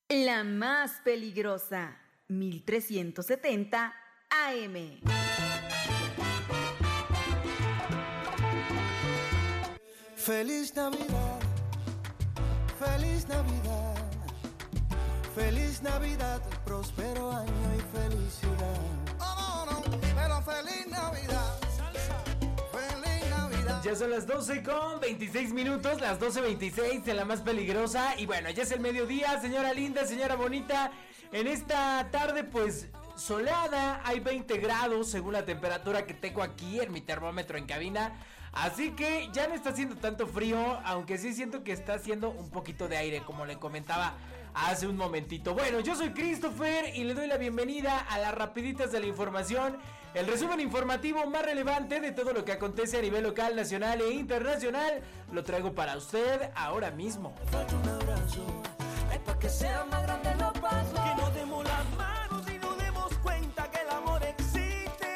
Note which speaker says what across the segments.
Speaker 1: La más peligrosa, 1370 AM.
Speaker 2: Feliz Navidad, feliz Navidad, feliz Navidad, próspero año y felicidad. Oh, no, pero feliz Navidad, feliz Navidad.
Speaker 3: Ya son las 12:26, las 12:26 de la más peligrosa. Y bueno, ya es el mediodía, señora linda, señora bonita. En esta tarde, pues, soleada, hay 20 grados según la temperatura que tengo aquí en mi termómetro en cabina. Así que ya no está haciendo tanto frío, aunque sí siento que está haciendo un poquito de aire, como le comentaba hace un momentito. Bueno, yo soy Christopher y le doy la bienvenida a las rapiditas de la información, el resumen informativo más relevante de todo lo que acontece a nivel local, nacional e internacional. Lo traigo para usted ahora mismo.
Speaker 2: Falta un abrazo, es para que sea más grande los pasos. Que nos demos las manos y nos demos cuenta que el amor existe.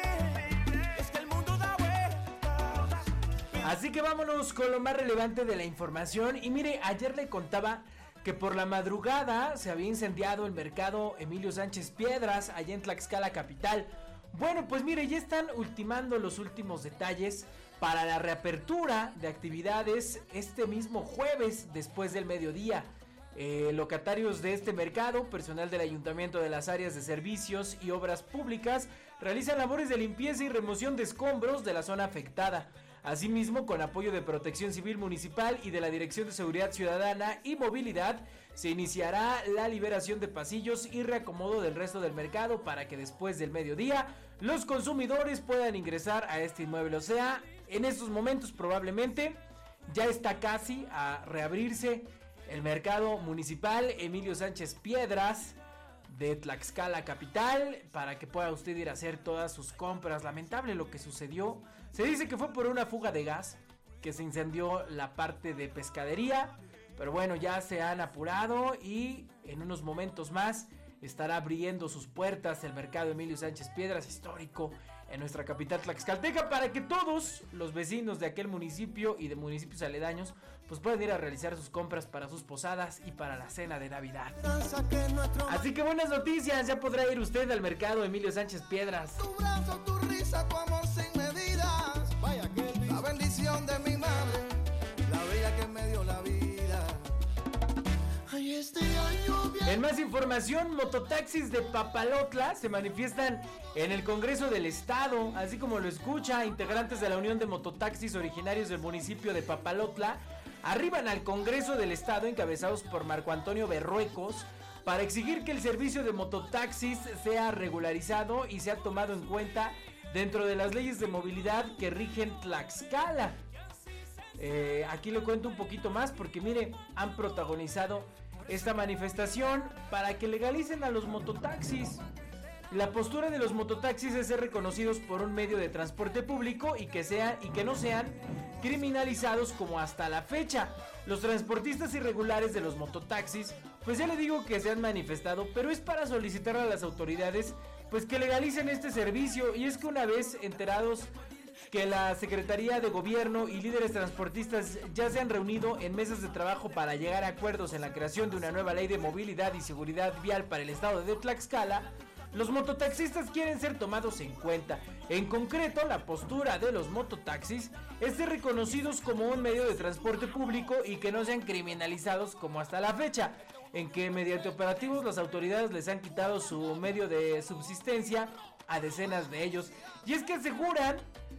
Speaker 2: Es que el mundo da vueltas.
Speaker 3: Así que vámonos con lo más relevante de la información. Y mire, ayer le contaba que por la madrugada se había incendiado el mercado Emilio Sánchez Piedras, allá en Tlaxcala capital. Bueno, pues mire, ya están ultimando los últimos detalles para la reapertura de actividades este mismo jueves después del mediodía. Locatarios de este mercado, personal del ayuntamiento de las áreas de servicios y obras públicas, realizan labores de limpieza y remoción de escombros de la zona afectada. Asimismo, con apoyo de Protección Civil Municipal y de la Dirección de Seguridad Ciudadana y Movilidad, se iniciará la liberación de pasillos y reacomodo del resto del mercado para que después del mediodía los consumidores puedan ingresar a este inmueble. O sea, en estos momentos probablemente ya está casi a reabrirse el mercado municipal Emilio Sánchez Piedras de Tlaxcala capital, para que pueda usted ir a hacer todas sus compras. Lamentable lo que sucedió. Se dice que fue por una fuga de gas que se incendió la parte de pescadería, pero bueno, ya se han apurado y en unos momentos más estará abriendo sus puertas el mercado Emilio Sánchez Piedras, histórico en nuestra capital tlaxcalteca, para que todos los vecinos de aquel municipio y de municipios aledaños pues puedan ir a realizar sus compras para sus posadas y para la cena de Navidad. Así que buenas noticias, ya podrá ir usted al mercado Emilio Sánchez Piedras.
Speaker 2: Tu brazo, tu risa, tu amor sin medidas. Vaya que la bendición de mi madre, la bella que me dio la vida. Ay, este año viene.
Speaker 3: En más información, mototaxis de Papalotla se manifiestan en el Congreso del Estado, así como lo escucha. Integrantes de la Unión de Mototaxis originarios del municipio de Papalotla arriban al Congreso del Estado encabezados por Marco Antonio Berruecos para exigir que el servicio de mototaxis sea regularizado y sea tomado en cuenta dentro de las leyes de movilidad que rigen Tlaxcala. Aquí le cuento un poquito más porque mire, han protagonizado esta manifestación para que legalicen a los mototaxis. La postura de los mototaxis es ser reconocidos por un medio de transporte público y que no sean criminalizados como hasta la fecha. Los transportistas irregulares de los mototaxis, pues ya le digo que se han manifestado, pero es para solicitar a las autoridades pues que legalicen este servicio. Y es que una vez enterados que la Secretaría de Gobierno y líderes transportistas ya se han reunido en mesas de trabajo para llegar a acuerdos en la creación de una nueva ley de movilidad y seguridad vial para el estado de Tlaxcala, los mototaxistas quieren ser tomados en cuenta. En concreto, la postura de los mototaxis es ser reconocidos como un medio de transporte público y que no sean criminalizados como hasta la fecha, en que mediante operativos las autoridades les han quitado su medio de subsistencia a decenas de ellos. Y es que aseguran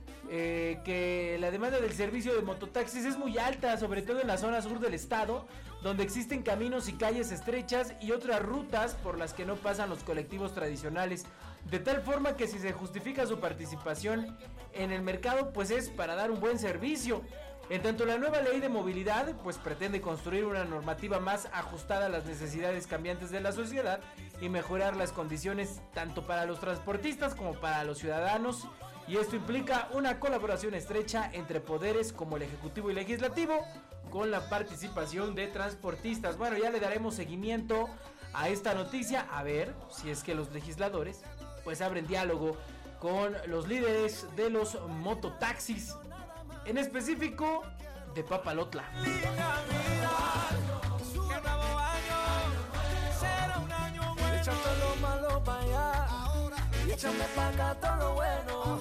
Speaker 3: que la demanda del servicio de mototaxis es muy alta, sobre todo en la zona sur del estado, donde existen caminos y calles estrechas y otras rutas por las que no pasan los colectivos tradicionales, de tal forma que si se justifica su participación en el mercado, pues es para dar un buen servicio. En tanto, la nueva ley de movilidad pues pretende construir una normativa más ajustada a las necesidades cambiantes de la sociedad y mejorar las condiciones tanto para los transportistas como para los ciudadanos, y esto implica una colaboración estrecha entre poderes como el Ejecutivo y Legislativo, con la participación de transportistas. Bueno, ya le daremos seguimiento a esta noticia, a ver si es que los legisladores pues abren diálogo con los líderes de los mototaxis, en específico de Papalotla.
Speaker 2: Feliz Navidad, que nuevo año será y échame pa' acá todo lo bueno.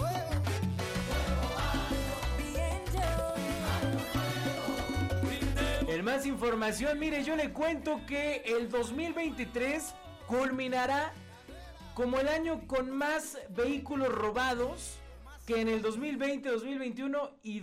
Speaker 3: En más información, mire, yo le cuento que el 2023 culminará como el año con más vehículos robados que en el 2020, 2021 y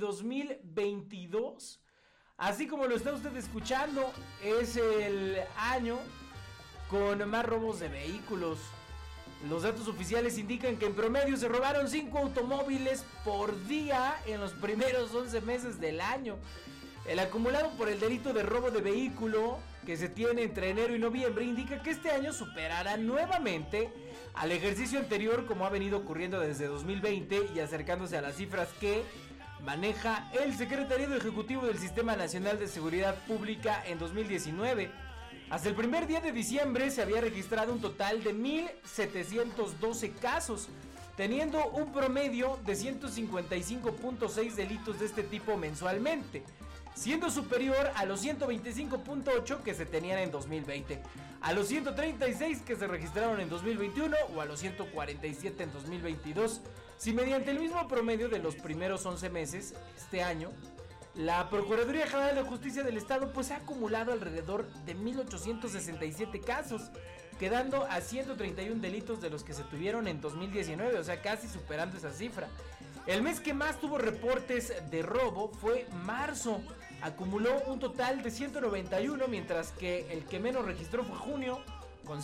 Speaker 3: 2022. Así como lo está usted escuchando, es el año con más robos de vehículos. Los datos oficiales indican que en promedio se robaron 5 automóviles por día en los primeros 11 meses del año. El acumulado por el delito de robo de vehículo que se tiene entre enero y noviembre indica que este año superará nuevamente al ejercicio anterior, como ha venido ocurriendo desde 2020 y acercándose a las cifras que maneja el Secretariado Ejecutivo del Sistema Nacional de Seguridad Pública en 2019. Hasta el primer día de diciembre se había registrado un total de 1,712 casos, teniendo un promedio de 155.6 delitos de este tipo mensualmente, siendo superior a los 125.8 que se tenían en 2020, a los 136 que se registraron en 2021 o a los 147 en 2022. Si mediante el mismo promedio de los primeros 11 meses este año, la Procuraduría General de Justicia del Estado pues ha acumulado alrededor de 1,867 casos, quedando a 131 delitos de los que se tuvieron en 2019, o sea, casi superando esa cifra. El mes que más tuvo reportes de robo fue marzo, acumuló un total de 191, mientras que el que menos registró fue junio, con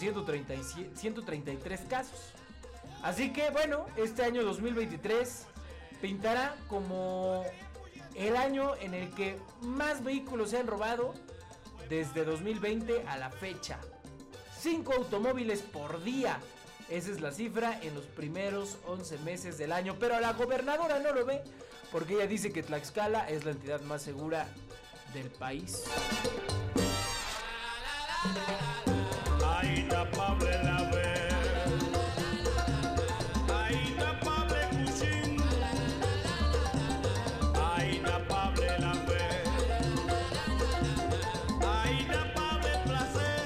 Speaker 3: 133 casos. Así que bueno, este año 2023 pintará como el año en el que más vehículos se han robado desde 2020 a la fecha. 5 automóviles por día. Esa es la cifra en los primeros 11 meses del año. Pero la gobernadora no lo ve, porque ella dice que Tlaxcala es la entidad más segura del país.
Speaker 4: Ay, tapable la ver. Ay, tapable cuchín. Ay, tapable la ver. Ay, tapable placer.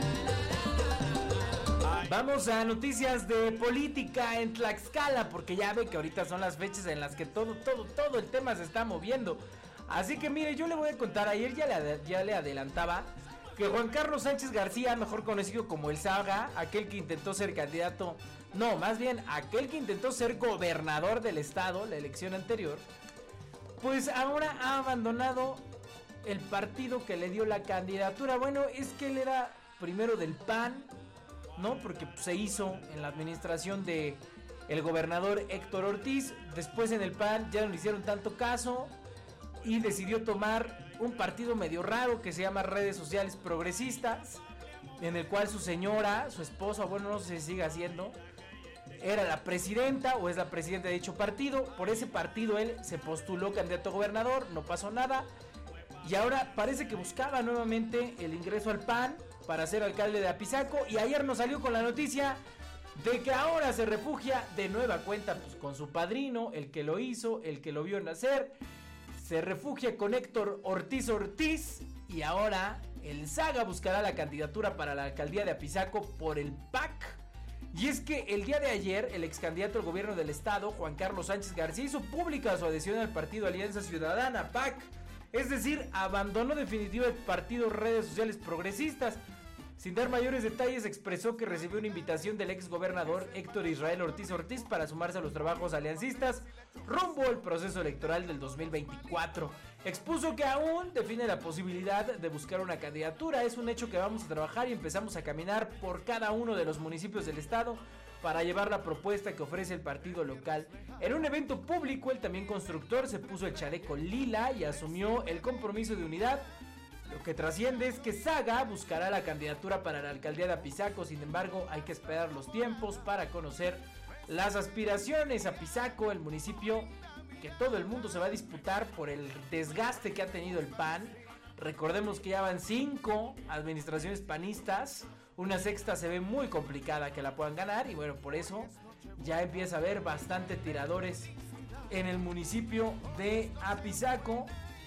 Speaker 3: Vamos a noticias de política en Tlaxcala, porque ya ve que ahorita son las fechas en las que todo el tema se está moviendo. Así que mire, yo le voy a contar, ayer ya le adelantaba que Juan Carlos Sánchez García, mejor conocido como el Saga, aquel que intentó ser candidato, no, más bien aquel que intentó ser gobernador del estado la elección anterior, pues ahora ha abandonado el partido que le dio la candidatura. Bueno, es que él era primero del PAN, ¿no? Porque se hizo en la administración de el gobernador Héctor Ortiz. Después en el PAN ya no le hicieron tanto caso y decidió tomar un partido medio raro que se llama Redes Sociales Progresistas, en el cual su señora, su esposa, bueno, no sé si sigue siendo, era la presidenta o es la presidenta de dicho partido. Por ese partido él se postuló candidato a gobernador, no pasó nada, y ahora parece que buscaba nuevamente el ingreso al PAN para ser alcalde de Apizaco, y ayer nos salió con la noticia de que ahora se refugia de nueva cuenta pues, con su padrino, el que lo hizo, el que lo vio nacer. Se refugia con Héctor Ortiz, y ahora el Saga buscará la candidatura para la alcaldía de Apizaco por el PAC. Y es que el día de ayer el ex candidato al gobierno del estado, Juan Carlos Sánchez García, hizo pública su adhesión al partido Alianza Ciudadana, PAC. Es decir, abandonó definitivamente el partido Redes Sociales Progresistas. Sin dar mayores detalles, expresó que recibió una invitación del ex gobernador Héctor Israel Ortiz para sumarse a los trabajos aliancistas rumbo al proceso electoral del 2024. Expuso que aún define la posibilidad de buscar una candidatura. Es un hecho que vamos a trabajar y empezamos a caminar por cada uno de los municipios del estado para llevar la propuesta que ofrece el partido local. En un evento público, el también constructor se puso el chaleco lila y asumió el compromiso de unidad. Lo que trasciende es que Saga buscará la candidatura para la alcaldía de Apizaco. Sin embargo, hay que esperar los tiempos para conocer las aspiraciones. Apizaco, el municipio que todo el mundo se va a disputar por el desgaste que ha tenido el PAN. Recordemos que ya van 5 administraciones panistas. Una sexta se ve muy complicada que la puedan ganar. Y bueno, por eso ya empieza a haber bastante tiradores en el municipio de Apizaco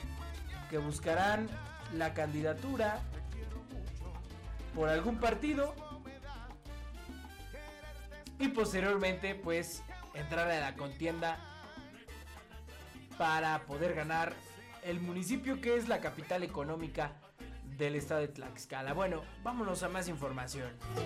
Speaker 3: que buscarán la candidatura por algún partido y posteriormente pues entrar a la contienda para poder ganar el municipio que es la capital económica del estado de Tlaxcala. Bueno, vámonos a más información.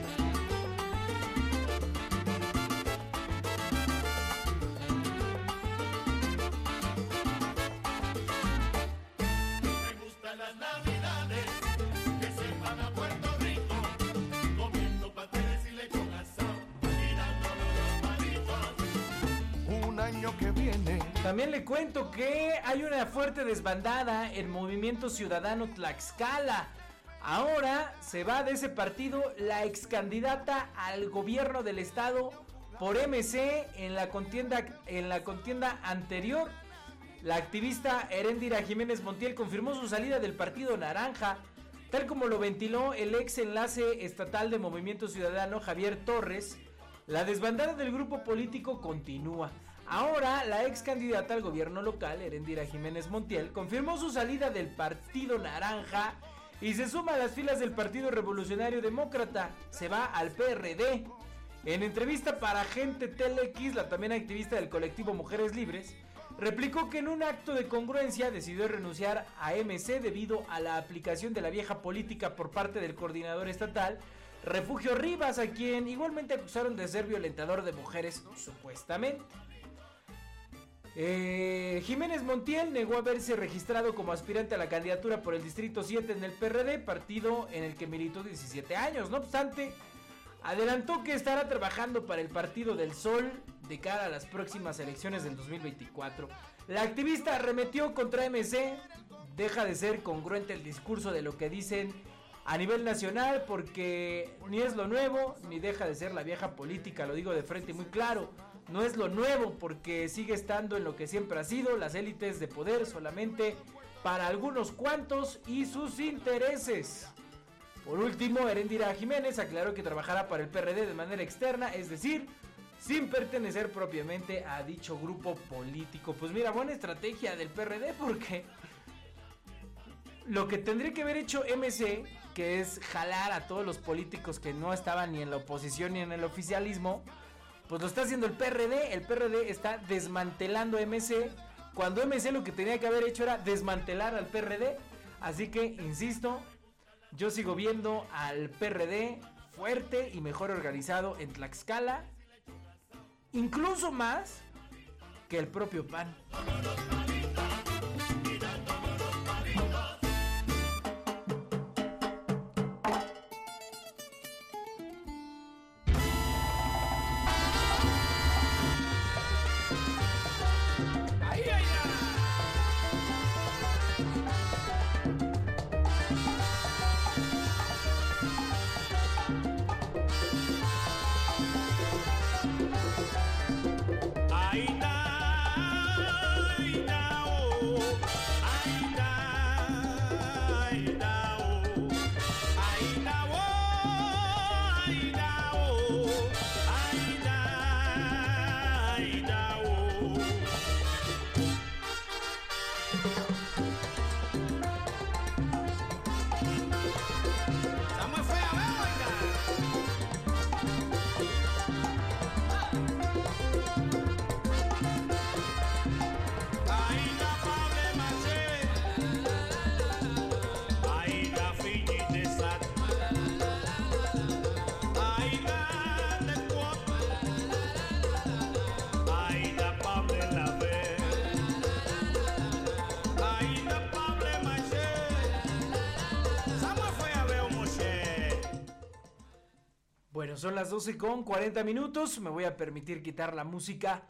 Speaker 2: Que viene.
Speaker 3: También le cuento que hay una fuerte desbandada en Movimiento Ciudadano Tlaxcala. Ahora se va de ese partido la ex candidata al gobierno del estado por MC en la contienda anterior. La activista Heréndira Jiménez Montiel confirmó su salida del Partido Naranja, tal como lo ventiló el ex enlace estatal de Movimiento Ciudadano Javier Torres. La desbandada del grupo político continúa. Ahora, la ex candidata al gobierno local, Heréndira Jiménez Montiel, confirmó su salida del Partido Naranja y se suma a las filas del Partido Revolucionario Demócrata. Se va al PRD. En entrevista para Gente Telex, la también activista del colectivo Mujeres Libres, replicó que en un acto de congruencia decidió renunciar a MC debido a la aplicación de la vieja política por parte del coordinador estatal, Refugio Rivas, a quien igualmente acusaron de ser violentador de mujeres, supuestamente. Jiménez Montiel negó haberse registrado como aspirante a la candidatura por el Distrito 7 en el PRD, partido en el que militó 17 años. No obstante, adelantó que estará trabajando para el Partido del Sol de cara a las próximas elecciones del 2024. La activista arremetió contra MC, deja de ser congruente el discurso de lo que dicen a nivel nacional, porque ni es lo nuevo, ni deja de ser la vieja política, lo digo de frente muy claro. No es lo nuevo porque sigue estando en lo que siempre ha sido, las élites de poder solamente para algunos cuantos y sus intereses. Por último, Heréndira Jiménez aclaró que trabajará para el PRD de manera externa, es decir, sin pertenecer propiamente a dicho grupo político. Pues mira, buena estrategia del PRD, porque lo que tendría que haber hecho MC, que es jalar a todos los políticos que no estaban ni en la oposición ni en el oficialismo, pues lo está haciendo el PRD. El PRD está desmantelando a MC, cuando MC lo que tenía que haber hecho era desmantelar al PRD. Así que, insisto, yo sigo viendo al PRD fuerte y mejor organizado en Tlaxcala, incluso más que el propio PAN. Bueno, son las 12:40. Me voy a permitir quitar la música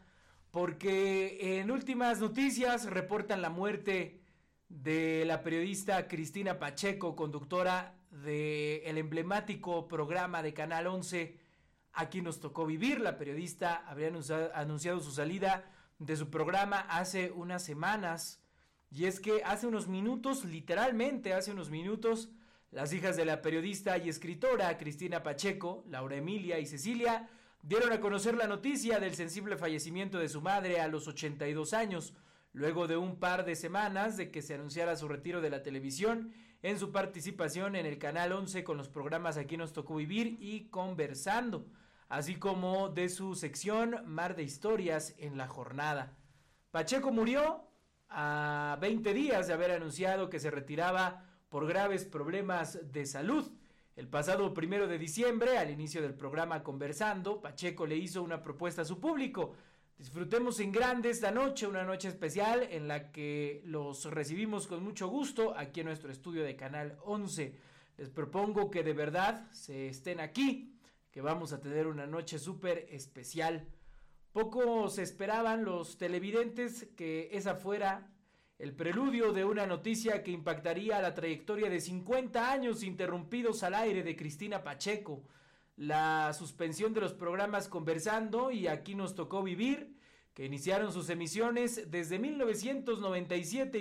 Speaker 3: porque en últimas noticias reportan la muerte de la periodista Cristina Pacheco, conductora del emblemático programa de Canal 11 Aquí nos tocó vivir. La periodista habría anunciado su salida de su programa hace unas semanas, y es que hace unos minutos, literalmente hace unos minutos, las hijas de la periodista y escritora Cristina Pacheco, Laura Emilia y Cecilia, dieron a conocer la noticia del sensible fallecimiento de su madre a los 82 años, luego de un par de semanas de que se anunciara su retiro de la televisión en su participación en el Canal 11 con los programas Aquí nos tocó vivir y Conversando. así como de su sección Mar de Historias en la Jornada. Pacheco murió a 20 días de haber anunciado que se retiraba por graves problemas de salud. El pasado 1 de diciembre, al inicio del programa Conversando, Pacheco le hizo una propuesta a su público. Disfrutemos en grande esta noche, una noche especial en la que los recibimos con mucho gusto aquí en nuestro estudio de Canal 11. Les propongo que de verdad se estén aquí, que vamos a tener una noche súper especial. Pocos esperaban los televidentes que esa fuera el preludio de una noticia que impactaría la trayectoria de 50 años interrumpidos al aire de Cristina Pacheco. La suspensión de los programas Conversando y Aquí nos tocó vivir, que iniciaron sus emisiones desde 1997 y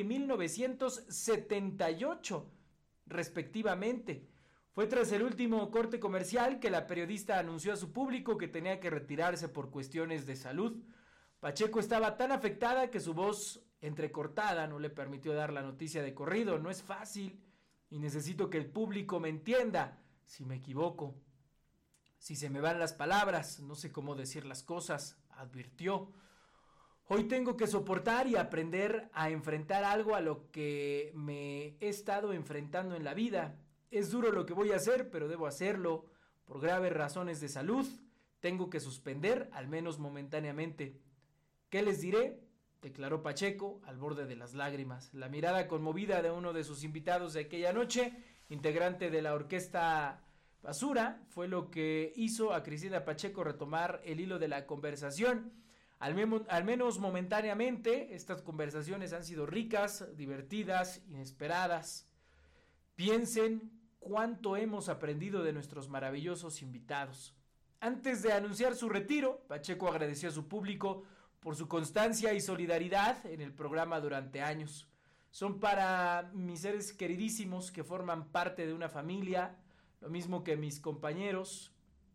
Speaker 3: 1978, respectivamente. Fue tras el último corte comercial que la periodista anunció a su público que tenía que retirarse por cuestiones de salud. Pacheco estaba tan afectada que su voz entrecortada no le permitió dar la noticia de corrido. No es fácil y necesito que el público me entienda si me equivoco, si se me van las palabras, no sé cómo decir las cosas, advirtió. Hoy tengo que soportar y aprender a enfrentar algo a lo que me he estado enfrentando en la vida. Es duro lo que voy a hacer, pero debo hacerlo. Por graves razones de salud, tengo que suspender, al menos momentáneamente. ¿Qué les diré?, declaró Pacheco al borde de las lágrimas. La mirada conmovida de uno de sus invitados de aquella noche, integrante de la orquesta Basura, fue lo que hizo a Cristina Pacheco retomar el hilo de la conversación. Al menos momentáneamente, estas conversaciones han sido ricas, divertidas, inesperadas. Piensen cuánto hemos aprendido de nuestros maravillosos invitados. Antes de anunciar su retiro, Pacheco agradeció a su público por su constancia y solidaridad en el programa durante años. Son para mis seres queridísimos que forman parte de una familia, lo mismo que mis compañeros.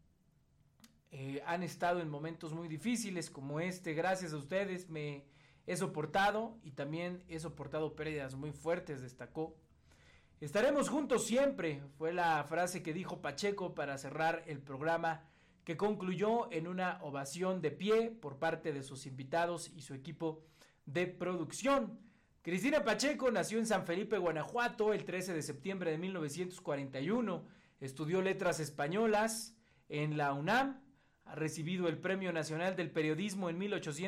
Speaker 3: Han estado en momentos muy difíciles como este. Gracias a ustedes me he soportado y también he soportado pérdidas muy fuertes, destacó. Estaremos juntos siempre, fue la frase que dijo Pacheco para cerrar el programa, que concluyó en una ovación de pie por parte de sus invitados y su equipo de producción. Cristina Pacheco nació en San Felipe, Guanajuato, el 13 de septiembre de 1941. Estudió letras españolas en la UNAM. Ha recibido el Premio Nacional del Periodismo en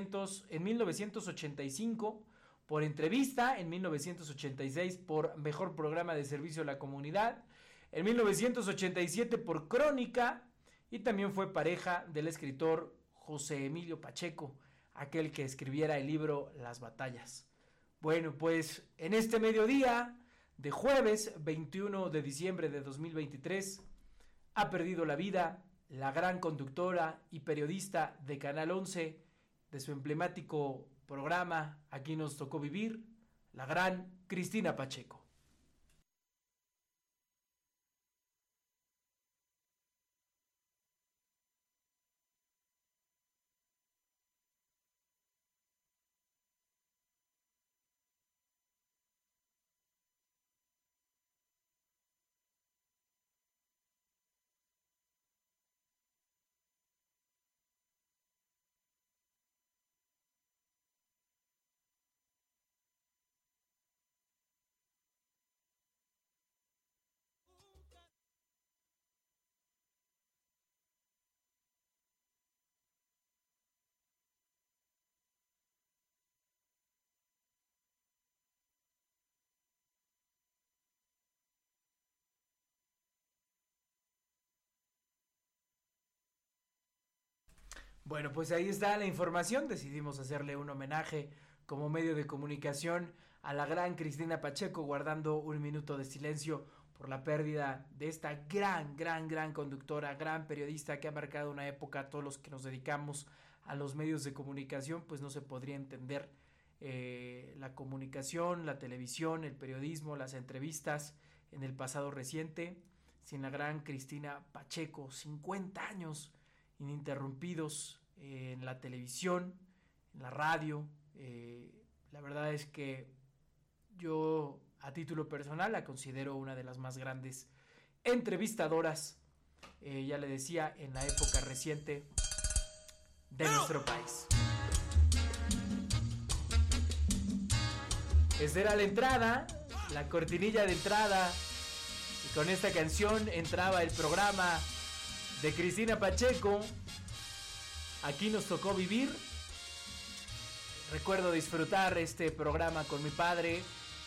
Speaker 3: 1985 por Entrevista, en 1986 por Mejor Programa de Servicio a la Comunidad, en 1987 por Crónica, y también fue pareja del escritor José Emilio Pacheco, aquel que escribiera el libro Las Batallas. Bueno, pues en este mediodía de jueves 21 de diciembre de 2023 ha perdido la vida la gran conductora y periodista de Canal 11, de su emblemático programa Aquí nos tocó vivir, la gran Cristina Pacheco. Bueno, pues ahí está la información. Decidimos hacerle un homenaje como medio de comunicación a la gran Cristina Pacheco, guardando un minuto de silencio por la pérdida de esta gran conductora, gran periodista que ha marcado una época. A todos los que nos dedicamos a los medios de comunicación, pues no se podría entender la comunicación, la televisión, el periodismo, las entrevistas en el pasado reciente sin la gran Cristina Pacheco. 50 años ininterrumpidos en la televisión, en la radio. La verdad es que yo, a título personal, la considero una de las más grandes entrevistadoras ya le decía, en la época reciente de nuestro país. Esta era la entrada, la cortinilla de entrada, y con esta canción entraba el programa de Cristina Pacheco. Aquí nos tocó vivir. Recuerdo disfrutar este programa con mi padre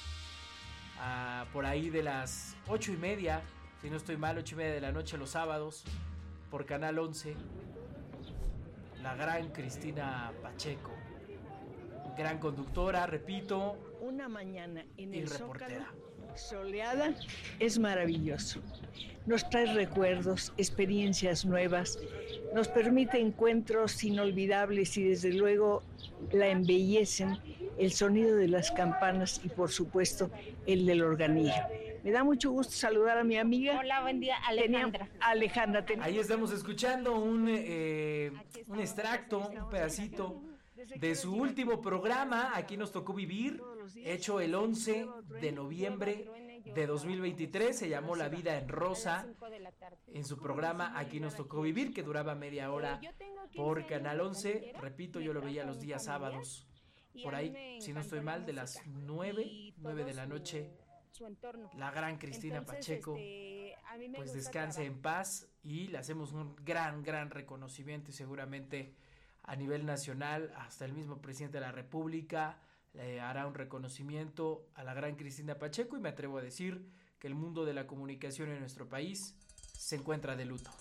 Speaker 3: por ahí de las 8:30, si no estoy mal, 8:30 de la noche los sábados, por Canal 11. La gran Cristina Pacheco, gran conductora, repito,
Speaker 5: Una mañana en el
Speaker 3: reportera.
Speaker 5: Zócalo, soleada, es maravilloso. Nos trae recuerdos, experiencias nuevas, nos permite encuentros inolvidables y desde luego la embellecen el sonido de las campanas y por supuesto el del organillo. Me da mucho gusto saludar a mi amiga.
Speaker 6: Hola, buen día, Alejandra.
Speaker 5: Alejandra.
Speaker 3: Ahí estamos escuchando un extracto, un pedacito de su último programa. Aquí nos tocó vivir, hecho el 11 de noviembre de 2023. Se llamó La Vida en Rosa, en su programa Aquí nos tocó vivir, que duraba media hora por Canal 11. Repito, yo lo veía los días sábados, por ahí, si no estoy mal, de las 9 de la noche. La gran Cristina Pacheco, pues descanse en paz, y le hacemos un gran reconocimiento, y seguramente a nivel nacional hasta el mismo presidente de la República le hará un reconocimiento a la gran Cristina Pacheco, y me atrevo a decir que el mundo de la comunicación en nuestro país se encuentra de luto.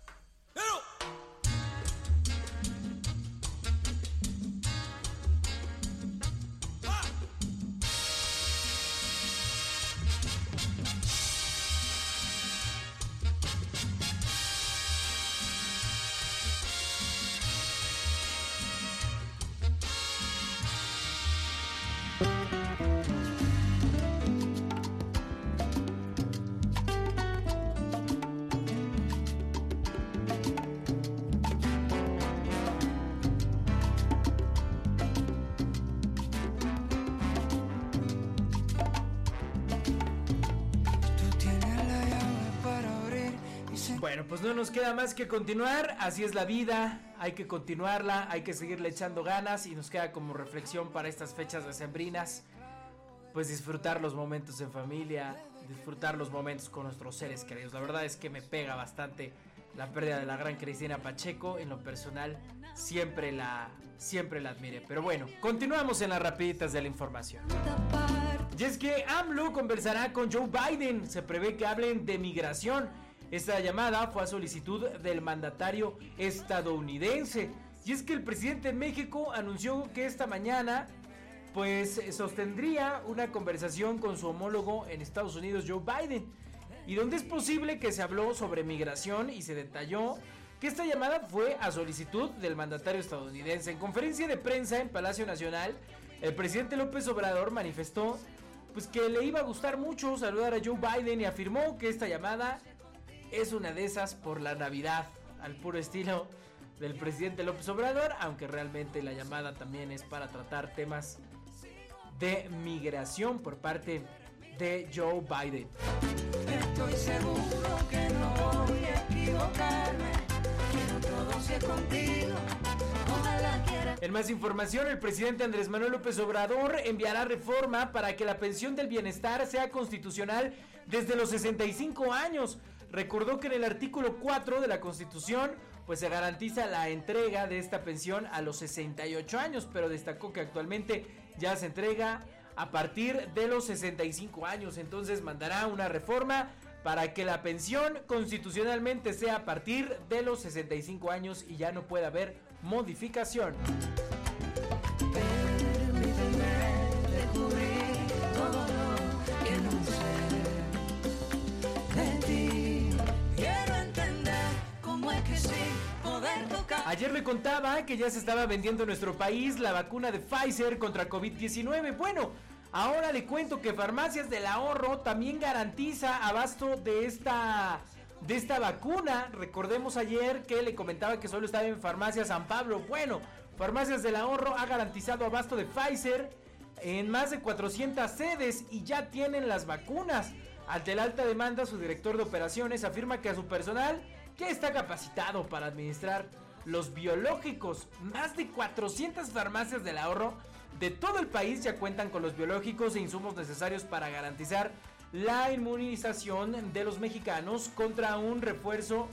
Speaker 3: Bueno, pues no nos queda más que continuar, así es la vida, hay que continuarla, hay que seguirle echando ganas, y nos queda como reflexión para estas fechas decembrinas, pues disfrutar los momentos en familia, disfrutar los momentos con nuestros seres queridos. La verdad es que me pega bastante la pérdida de la gran Cristina Pacheco. En lo personal siempre la admiré, pero bueno, continuamos en las rapiditas de la información. Y es que AMLO conversará con Joe Biden, se prevé que hablen de migración. Esta llamada fue a solicitud del mandatario estadounidense. Y es que el presidente de México anunció que esta mañana pues sostendría una conversación con su homólogo en Estados Unidos, Joe Biden, y donde es posible que se habló sobre migración, y se detalló que esta llamada fue a solicitud del mandatario estadounidense. En conferencia de prensa en Palacio Nacional, el presidente López Obrador manifestó pues que le iba a gustar mucho saludar a Joe Biden, y afirmó que esta llamada es una de esas por la Navidad, al puro estilo del presidente López Obrador, aunque realmente la llamada también es para tratar temas de migración por parte de Joe Biden.
Speaker 2: Estoy seguro que no voy a equivocarme. Quiero todo sea contigo. Ojalá quiera.
Speaker 3: En más información, el presidente Andrés Manuel López Obrador enviará reforma para que la pensión del bienestar sea constitucional desde los 65 años. Recordó que en el artículo 4 de la Constitución pues se garantiza la entrega de esta pensión a los 68 años, pero destacó que actualmente ya se entrega a partir de los 65 años. Entonces mandará una reforma para que la pensión constitucionalmente sea a partir de los 65 años y ya no pueda haber modificación.
Speaker 2: Permíteme descubrir todo lo que no sé de ti. Quiero entender cómo es que sin poder tocar.
Speaker 3: Ayer le contaba que ya se estaba vendiendo en nuestro país la vacuna de Pfizer contra COVID-19. Bueno, ahora le cuento que Farmacias del Ahorro también garantiza abasto de esta vacuna. Recordemos ayer que le comentaba que solo estaba en Farmacias San Pablo. Bueno, Farmacias del Ahorro ha garantizado abasto de Pfizer en más de 400 sedes y ya tienen las vacunas. Ante la alta demanda, su director de operaciones afirma que a su personal ya está capacitado para administrar los biológicos. Más de 400 farmacias del ahorro de todo el país ya cuentan con los biológicos e insumos necesarios para garantizar la inmunización de los mexicanos contra un refuerzo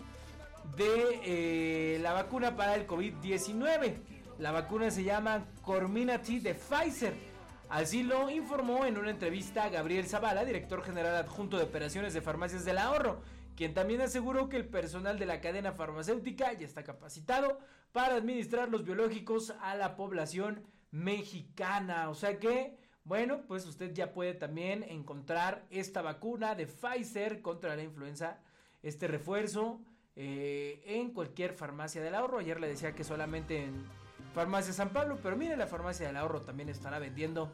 Speaker 3: de la vacuna para el COVID-19. La vacuna se llama Comirnaty de Pfizer. Así lo informó en una entrevista Gabriel Zavala, director general adjunto de operaciones de farmacias del ahorro, quien también aseguró que el personal de la cadena farmacéutica ya está capacitado para administrar los biológicos a la población mexicana. O sea que, bueno, pues usted ya puede también encontrar esta vacuna de Pfizer contra la influenza, este refuerzo, en cualquier farmacia del ahorro. Ayer le decía que solamente en Farmacia San Pablo, pero mire, la Farmacia del Ahorro también estará vendiendo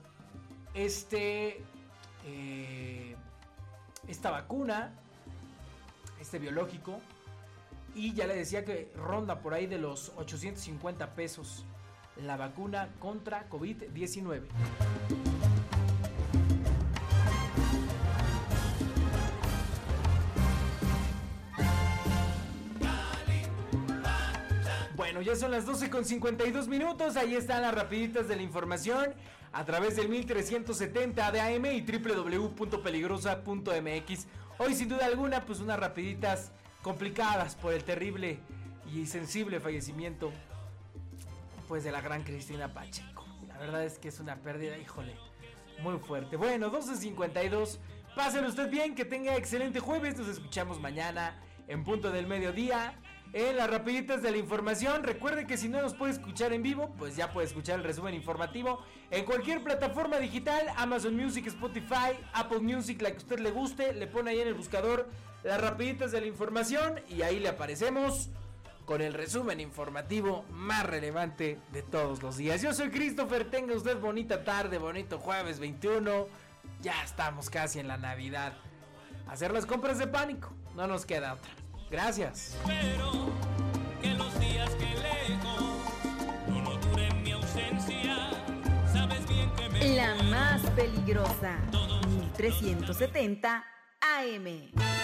Speaker 3: esta vacuna, este biológico, y ya le decía que ronda por ahí de los 850 pesos la vacuna contra COVID-19. Bueno, ya son las 12:52. Ahí están las rapiditas de la información a través del 1370 de AM y www.peligrosa.mx. Hoy sin duda alguna pues unas rapiditas complicadas por el terrible y sensible fallecimiento pues de la gran Cristina Pacheco. La verdad es que es una pérdida, híjole, muy fuerte. Bueno, 12:52. Pásenlo usted bien, que tenga excelente jueves. Nos escuchamos mañana en punto del mediodía en las rapiditas de la información. Recuerde que si no nos puede escuchar en vivo, pues ya puede escuchar el resumen informativo en cualquier plataforma digital, Amazon Music, Spotify, Apple Music, la que a usted le guste. Le pone ahí en el buscador las rapiditas de la información y ahí le aparecemos con el resumen informativo más relevante de todos los días. Yo soy Christopher, tenga usted bonita tarde, bonito jueves 21. Ya estamos casi en la Navidad. Hacer las compras de pánico, no nos queda otra. Gracias.
Speaker 2: Espero que los días que lejos no duren mi ausencia. Sabes bien que me
Speaker 1: La más peligrosa, 1370 AM.